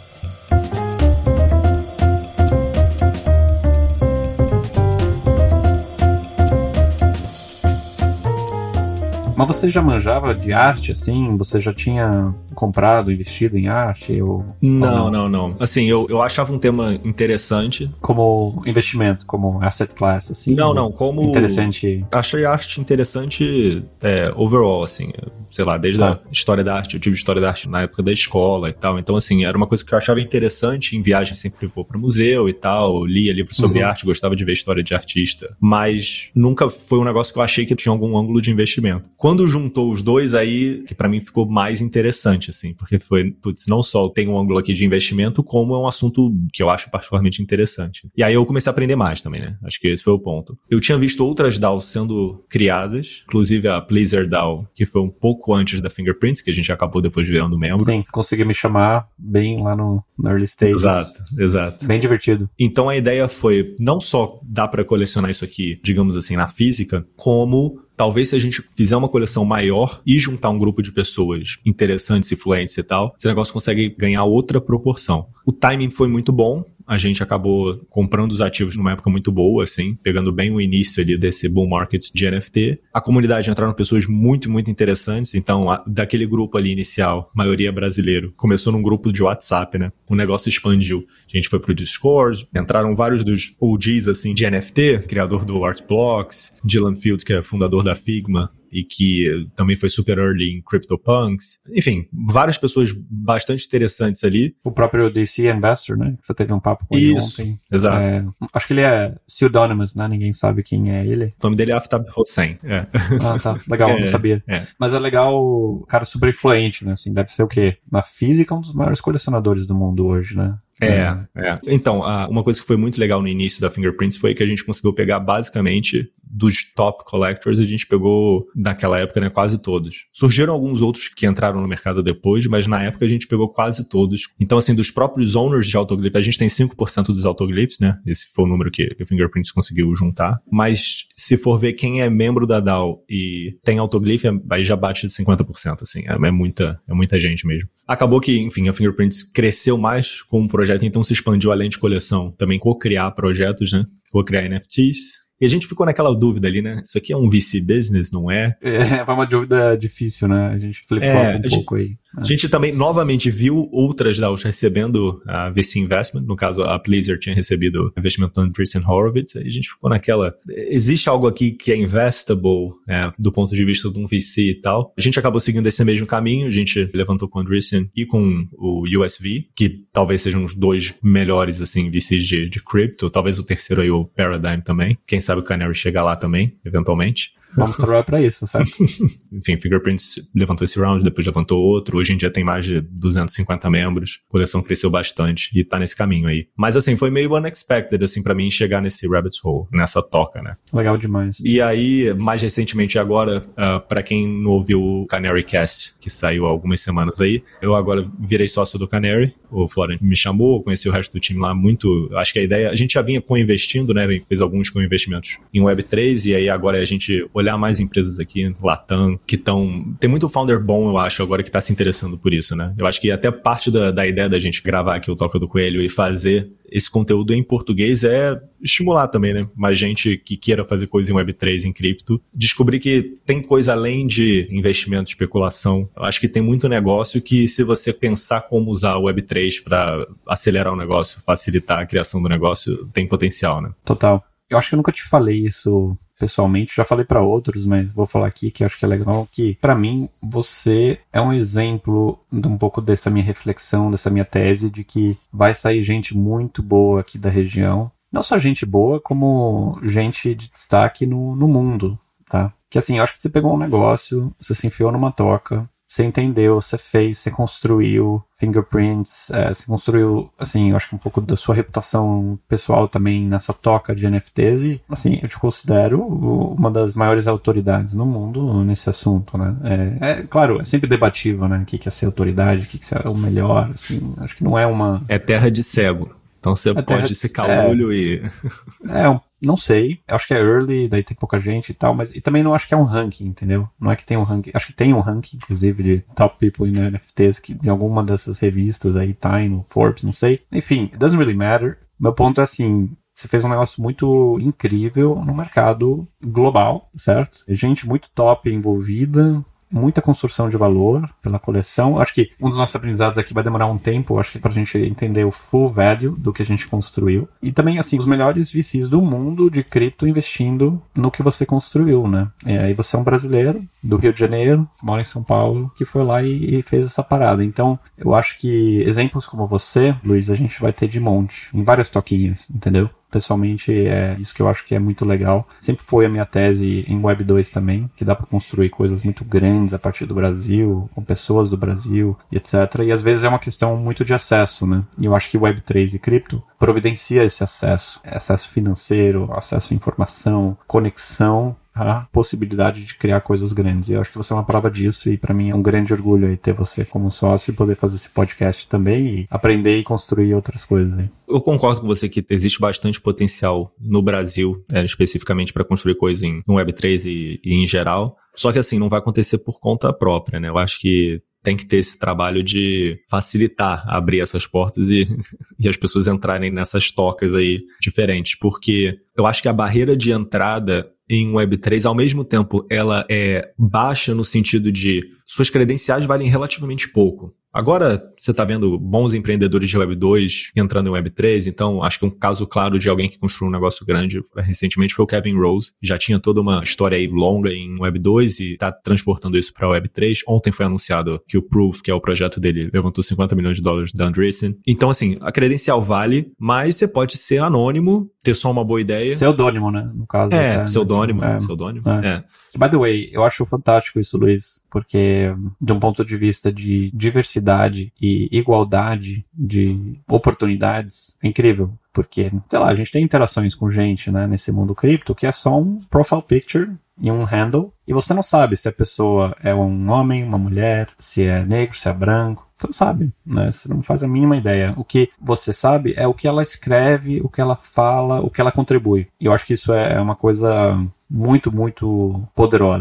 Mas você já manjava de arte, assim? Você já tinha comprado, investido em arte? Não. Assim, eu achava um tema interessante. Como investimento, como asset class, assim? Não, como... Interessante. Achei a arte interessante overall, assim. Sei lá, desde a história da arte. Eu tive história da arte na época da escola e tal. Então, assim, era uma coisa que eu achava interessante. Em viagem sempre vou para museu e tal. Lia livros sobre arte, gostava de ver história de artista. Mas nunca foi um negócio que eu achei que tinha algum ângulo de investimento. Quando juntou os dois, aí que pra mim ficou mais interessante, assim, porque foi, putz, não só tem um ângulo aqui de investimento, como é um assunto que eu acho particularmente interessante. E aí eu comecei a aprender mais também, né? Acho que esse foi o ponto. Eu tinha visto outras DAOs sendo criadas, inclusive a Pleaser DAO, que foi um pouco antes da Fingerprints, que a gente acabou depois virando membro. Sim, conseguiu me chamar bem lá no early stages. Exato. Bem divertido. Então a ideia foi, não só dá pra colecionar isso aqui, digamos assim, na física, como... Talvez se a gente fizer uma coleção maior e juntar um grupo de pessoas interessantes, influentes e tal, esse negócio consegue ganhar outra proporção. O timing foi muito bom. A gente acabou comprando os ativos numa época muito boa, assim, pegando bem o início ali desse bull market de NFT. A comunidade entraram pessoas muito, muito interessantes. Então, daquele grupo ali inicial, maioria brasileiro, começou num grupo de WhatsApp, né? O negócio expandiu. A gente foi pro Discord, entraram vários dos OGs, assim, de NFT, criador do Artblocks, Dylan Fields, que é fundador da Figma, e que também foi super early em CryptoPunks. Enfim, várias pessoas bastante interessantes ali. O próprio DC Investor, né? Que você teve um papo com ele ontem. Exato. Acho que ele é pseudonymous, né? Ninguém sabe quem é ele. O nome dele é Aftab Hossein. Ah, tá. Legal, não sabia. Mas é legal, o cara super influente, né? Assim, deve ser o quê? Na física, um dos maiores colecionadores do mundo hoje, né? Então, uma coisa que foi muito legal no início da Fingerprints foi que a gente conseguiu pegar basicamente dos top collectors, a gente pegou naquela época, né, quase todos. Surgiram alguns outros que entraram no mercado depois, mas na época a gente pegou quase todos. Então, assim, dos próprios owners de autoglyph, a gente tem 5% dos autoglyphs, né? Esse foi o número que a Fingerprints conseguiu juntar. Mas se for ver quem é membro da DAO e tem autoglyph, aí já bate de 50%, assim. É muita gente mesmo. Acabou que, enfim, a Fingerprints cresceu mais com o projeto, então se expandiu além de coleção. Também co-criar projetos, né? Co-criar NFTs. E a gente ficou naquela dúvida ali, né? Isso aqui é um VC business, não é? Foi uma dúvida difícil, né? A gente flip-flop pouco aí. A gente também, novamente, viu outras DAOs recebendo a VC Investment. No caso, a Pleasr tinha recebido investimento do Andreessen Horowitz. Aí a gente ficou naquela... Existe algo aqui que é investable, do ponto de vista de um VC e tal. A gente acabou seguindo esse mesmo caminho. A gente levantou com o Andreessen e com o USV, que talvez sejam os dois melhores, assim, VCs de cripto. Talvez o terceiro aí, o Paradigm também. Quem sabe o Canary chegar lá também, eventualmente. Vamos trabalhar pra isso, certo? Enfim, Fingerprints levantou esse round, depois levantou outro. Hoje em dia tem mais de 250 membros. A coleção cresceu bastante e tá nesse caminho aí. Mas assim, foi meio unexpected, assim, pra mim chegar nesse rabbit hole, nessa toca, né? Legal demais. E aí, mais recentemente agora, pra quem não ouviu o Canary Cast, que saiu há algumas semanas aí, eu agora virei sócio do Canary. O Florian me chamou, conheci o resto do time lá muito... Acho que a ideia... A gente já vinha co-investindo, né? Fez alguns co-investimentos em Web3 e aí agora a gente olhar mais empresas aqui, Latam, que estão... Tem muito founder bom, eu acho, agora que está se interessando por isso, né? Eu acho que até parte da ideia da gente gravar aqui o Toca do Coelho e fazer esse conteúdo em português é estimular também, né? Mais gente que queira fazer coisa em Web3, em cripto. Descobrir que tem coisa além de investimento, especulação. Eu acho que tem muito negócio que, se você pensar como usar o Web3 para acelerar o negócio, facilitar a criação do negócio, tem potencial, né? Total. Eu acho que eu nunca te falei isso pessoalmente, já falei para outros, mas vou falar aqui que acho que é legal, que para mim você é um exemplo de um pouco dessa minha reflexão, dessa minha tese de que vai sair gente muito boa aqui da região, não só gente boa, como gente de destaque no mundo, tá? Que assim, eu acho que você pegou um negócio, você se enfiou numa toca, você entendeu, você fez, você construiu Fingerprints, você construiu, assim, eu acho que um pouco da sua reputação pessoal também nessa toca de NFTs e, assim, eu te considero uma das maiores autoridades no mundo nesse assunto, né? Claro, é sempre debatível, né? O que é ser autoridade, o que é o melhor, assim, acho que não é uma... É terra de cego. Então você pode secar o olho e... Não sei, eu acho que é early, daí tem pouca gente e tal, mas e também não acho que é um ranking, entendeu? Não é que tem um ranking, acho que tem um ranking, inclusive, de top people in NFTs, que de alguma dessas revistas aí, Time, Forbes, não sei. Enfim, it doesn't really matter. Meu ponto é assim, você fez um negócio muito incrível no mercado global, certo? Gente muito top envolvida, muita construção de valor pela coleção. Acho que um dos nossos aprendizados aqui vai demorar um tempo, acho que pra gente entender o full value do que a gente construiu. E também, assim, os melhores VCs do mundo de cripto investindo no que você construiu, né? E aí você é um brasileiro do Rio de Janeiro, mora em São Paulo, que foi lá e fez essa parada. Então, eu acho que exemplos como você, Luiz, a gente vai ter de monte, em várias toquinhas, entendeu? Pessoalmente, é isso que eu acho que é muito legal. Sempre foi a minha tese em Web 2 também, que dá para construir coisas muito grandes a partir do Brasil, com pessoas do Brasil, e etc. E às vezes é uma questão muito de acesso, né? E eu acho que Web 3 e cripto providencia esse acesso. Acesso financeiro, acesso à informação, conexão, a possibilidade de criar coisas grandes. E eu acho que você é uma prova disso e para mim é um grande orgulho aí ter você como sócio e poder fazer esse podcast também e aprender e construir outras coisas aí. Eu concordo com você que existe bastante potencial no Brasil, especificamente para construir coisas em Web3 e em geral. Só que assim, não vai acontecer por conta própria, né? Eu acho que tem que ter esse trabalho de facilitar, abrir essas portas e as pessoas entrarem nessas tocas aí diferentes, porque eu acho que a barreira de entrada em Web3, ao mesmo tempo, ela é baixa no sentido de suas credenciais valem relativamente pouco. Agora, você está vendo bons empreendedores de Web 2 entrando em Web 3, então acho que um caso claro de alguém que construiu um negócio grande recentemente foi o Kevin Rose. Já tinha toda uma história aí longa em Web 2 e está transportando isso para Web 3. Ontem foi anunciado que o Proof, que é o projeto dele, levantou $50 milhões da Andreessen. Então, assim, a credencial vale, mas você pode ser anônimo, ter só uma boa ideia. Pseudônimo, né? No caso. Pseudônimo. By the way, eu acho fantástico isso, Luiz, porque de um ponto de vista de diversidade e igualdade de oportunidades, é incrível. Porque, sei lá, a gente tem interações com gente, né, nesse mundo cripto, que é só um profile picture e um handle, e você não sabe se a pessoa é um homem, uma mulher, se é negro, se é branco. Você não sabe, né? Você não faz a mínima ideia. O que você sabe é o que ela escreve, o que ela fala, o que ela contribui. E eu acho que isso é uma coisa muito, muito poderosa.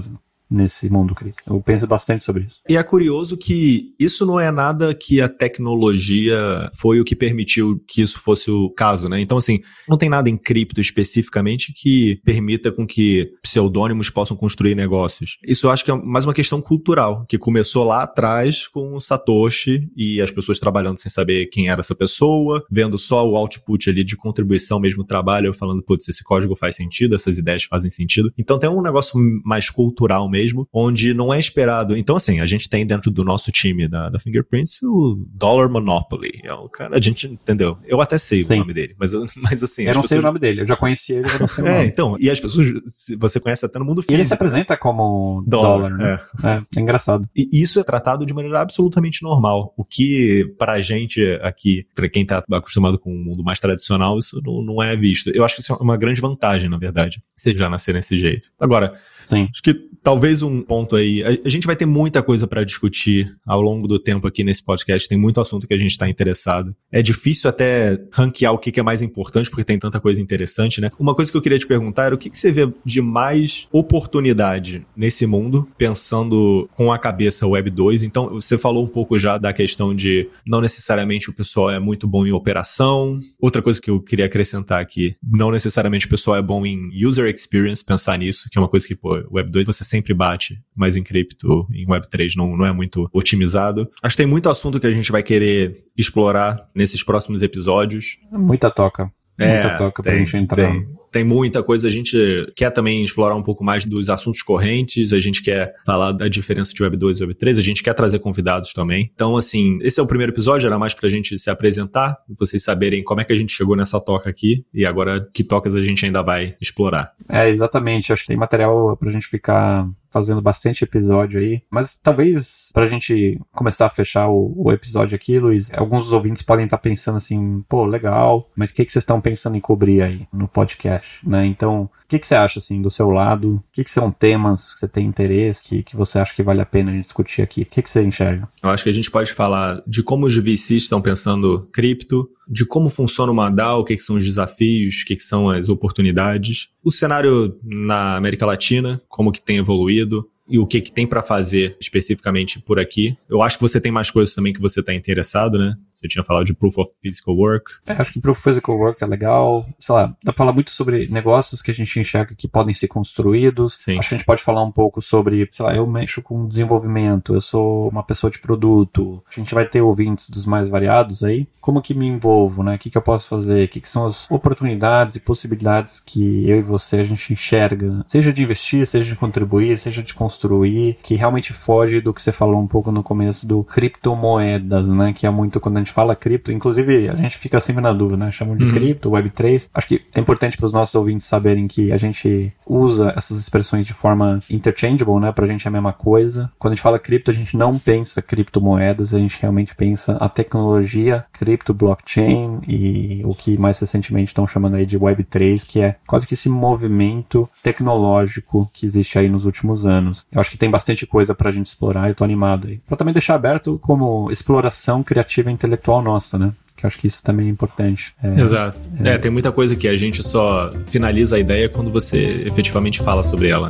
nesse mundo, Cris. Eu penso bastante sobre isso. E é curioso que isso não é nada que a tecnologia foi o que permitiu que isso fosse o caso, né? Então, assim, não tem nada em cripto especificamente que permita com que pseudônimos possam construir negócios. Isso eu acho que é mais uma questão cultural, que começou lá atrás com o Satoshi e as pessoas trabalhando sem saber quem era essa pessoa, vendo só o output ali de contribuição mesmo, trabalho, falando, putz, esse código faz sentido, essas ideias fazem sentido. Então tem um negócio mais cultural mesmo, onde não é esperado. Então, assim, a gente tem dentro do nosso time da Fingerprints o Dollar Monopoly. É um cara, a gente entendeu. Eu até sei o nome dele, mas assim... Eu não sei o nome dele, eu já conheci ele, eu não sei o nome. Então, e as pessoas, você conhece até no mundo físico. E ele se apresenta como dólar, né? É engraçado. E isso é tratado de maneira absolutamente normal. O que, pra gente aqui, pra quem tá acostumado com o mundo mais tradicional, isso não é visto. Eu acho que isso é uma grande vantagem, na verdade, você já nascer desse jeito. Agora, sim, acho que talvez um ponto aí, a gente vai ter muita coisa para discutir ao longo do tempo aqui nesse podcast, tem muito assunto que a gente está interessado. É difícil até ranquear o que é mais importante, porque tem tanta coisa interessante, né? Uma coisa que eu queria te perguntar era o que você vê de mais oportunidade nesse mundo, pensando com a cabeça Web 2. Então, você falou um pouco já da questão de não necessariamente o pessoal é muito bom em operação. Outra coisa que eu queria acrescentar aqui, não necessariamente o pessoal é bom em user experience, pensar nisso, que é uma coisa que, pô, Web 2 você sempre bate, mas em cripto, em Web 3 não é muito otimizado. Acho que tem muito assunto que a gente vai querer explorar nesses próximos episódios. Muita toca. Muita toca pra gente entrar. Tem muita coisa, a gente quer também explorar um pouco mais dos assuntos correntes, a gente quer falar da diferença de Web 2 e Web 3, a gente quer trazer convidados também. Então, assim, esse é o primeiro episódio, era mais pra gente se apresentar, vocês saberem como é que a gente chegou nessa toca aqui e agora que tocas a gente ainda vai explorar. Exatamente, acho que tem material pra gente ficar fazendo bastante episódio aí, mas talvez pra gente começar a fechar o episódio aqui, Luiz, alguns dos ouvintes podem estar pensando assim, pô, legal, mas o que vocês estão pensando em cobrir aí no podcast, né? Então, o que você acha assim do seu lado? O que são temas que você tem interesse, que você acha que vale a pena a gente discutir aqui? O que você enxerga? Eu acho que a gente pode falar de como os VCs estão pensando cripto, de como funciona uma DAO, o que são os desafios, o que são as oportunidades, o cenário na América Latina, como que tem evoluído e o que tem para fazer especificamente por aqui. Eu acho que você tem mais coisas também que você está interessado, né? Você tinha falado de Proof of Physical Work. Acho que Proof of Physical Work é legal. Sei lá, dá pra falar muito sobre negócios que a gente enxerga que podem ser construídos. Sim. Acho que a gente pode falar um pouco sobre, sei lá, eu mexo com desenvolvimento, eu sou uma pessoa de produto. A gente vai ter ouvintes dos mais variados aí. Como que me envolvo, né? O que eu posso fazer? O que são as oportunidades e possibilidades que eu e você a gente enxerga? Seja de investir, seja de contribuir, seja de construir, que realmente foge do que você falou um pouco no começo do criptomoedas, né? Que é muito quando a gente fala cripto, inclusive a gente fica sempre na dúvida, né? Chamam de cripto, Web3. Acho que é importante para os nossos ouvintes saberem que a gente usa essas expressões de forma interchangeable, né? Pra gente é a mesma coisa. Quando a gente fala cripto, a gente não pensa criptomoedas, a gente realmente pensa a tecnologia cripto, blockchain e o que mais recentemente estão chamando aí de Web3, que é quase que esse movimento tecnológico que existe aí nos últimos anos. Eu acho que tem bastante coisa pra gente explorar e eu tô animado aí. Pra também deixar aberto como exploração criativa e intelectual nossa, né? Que eu acho que isso também é importante. Exato. Tem muita coisa que a gente só finaliza a ideia quando você efetivamente fala sobre ela.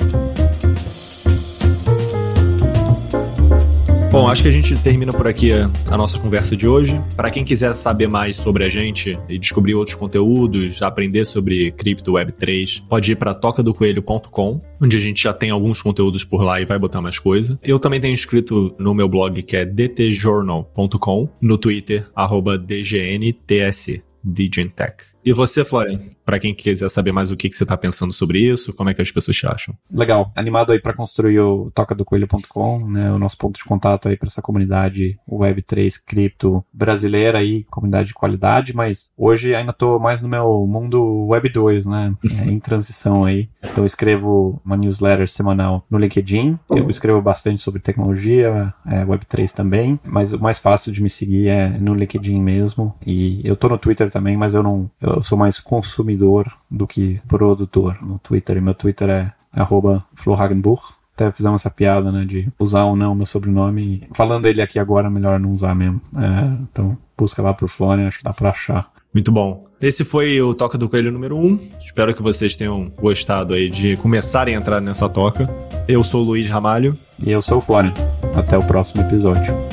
Bom, acho que a gente termina por aqui a nossa conversa de hoje. Para quem quiser saber mais sobre a gente e descobrir outros conteúdos, aprender sobre cripto Web3, pode ir para tocadocoelho.com, onde a gente já tem alguns conteúdos por lá e vai botar mais coisa. Eu também tenho inscrito no meu blog, que é dtjournal.com, no Twitter, @dgnts, DGentech. E você, Florian, para quem quiser saber mais o que você está pensando sobre isso, como é que as pessoas te acham? Legal, animado aí para construir o tocadocoelho.com, né, o nosso ponto de contato aí para essa comunidade Web3 cripto brasileira aí, comunidade de qualidade, mas hoje ainda tô mais no meu mundo Web 2, né, em transição aí. Então eu escrevo uma newsletter semanal no LinkedIn, eu escrevo bastante sobre tecnologia, Web3 também, mas o mais fácil de me seguir é no LinkedIn mesmo, e eu tô no Twitter também, mas eu sou mais consumidor do que produtor no Twitter, e meu Twitter é @florhagenbuch. Até fizemos essa piada, né, de usar ou não meu sobrenome. Falando ele aqui agora, melhor não usar mesmo. Então, busca lá pro Florian, acho que dá pra achar. Muito bom. Esse foi o Toca do Coelho número 1. Espero que vocês tenham gostado aí de começarem a entrar nessa toca. Eu sou o Luiz Ramalho. E eu sou o Florian. Até o próximo episódio.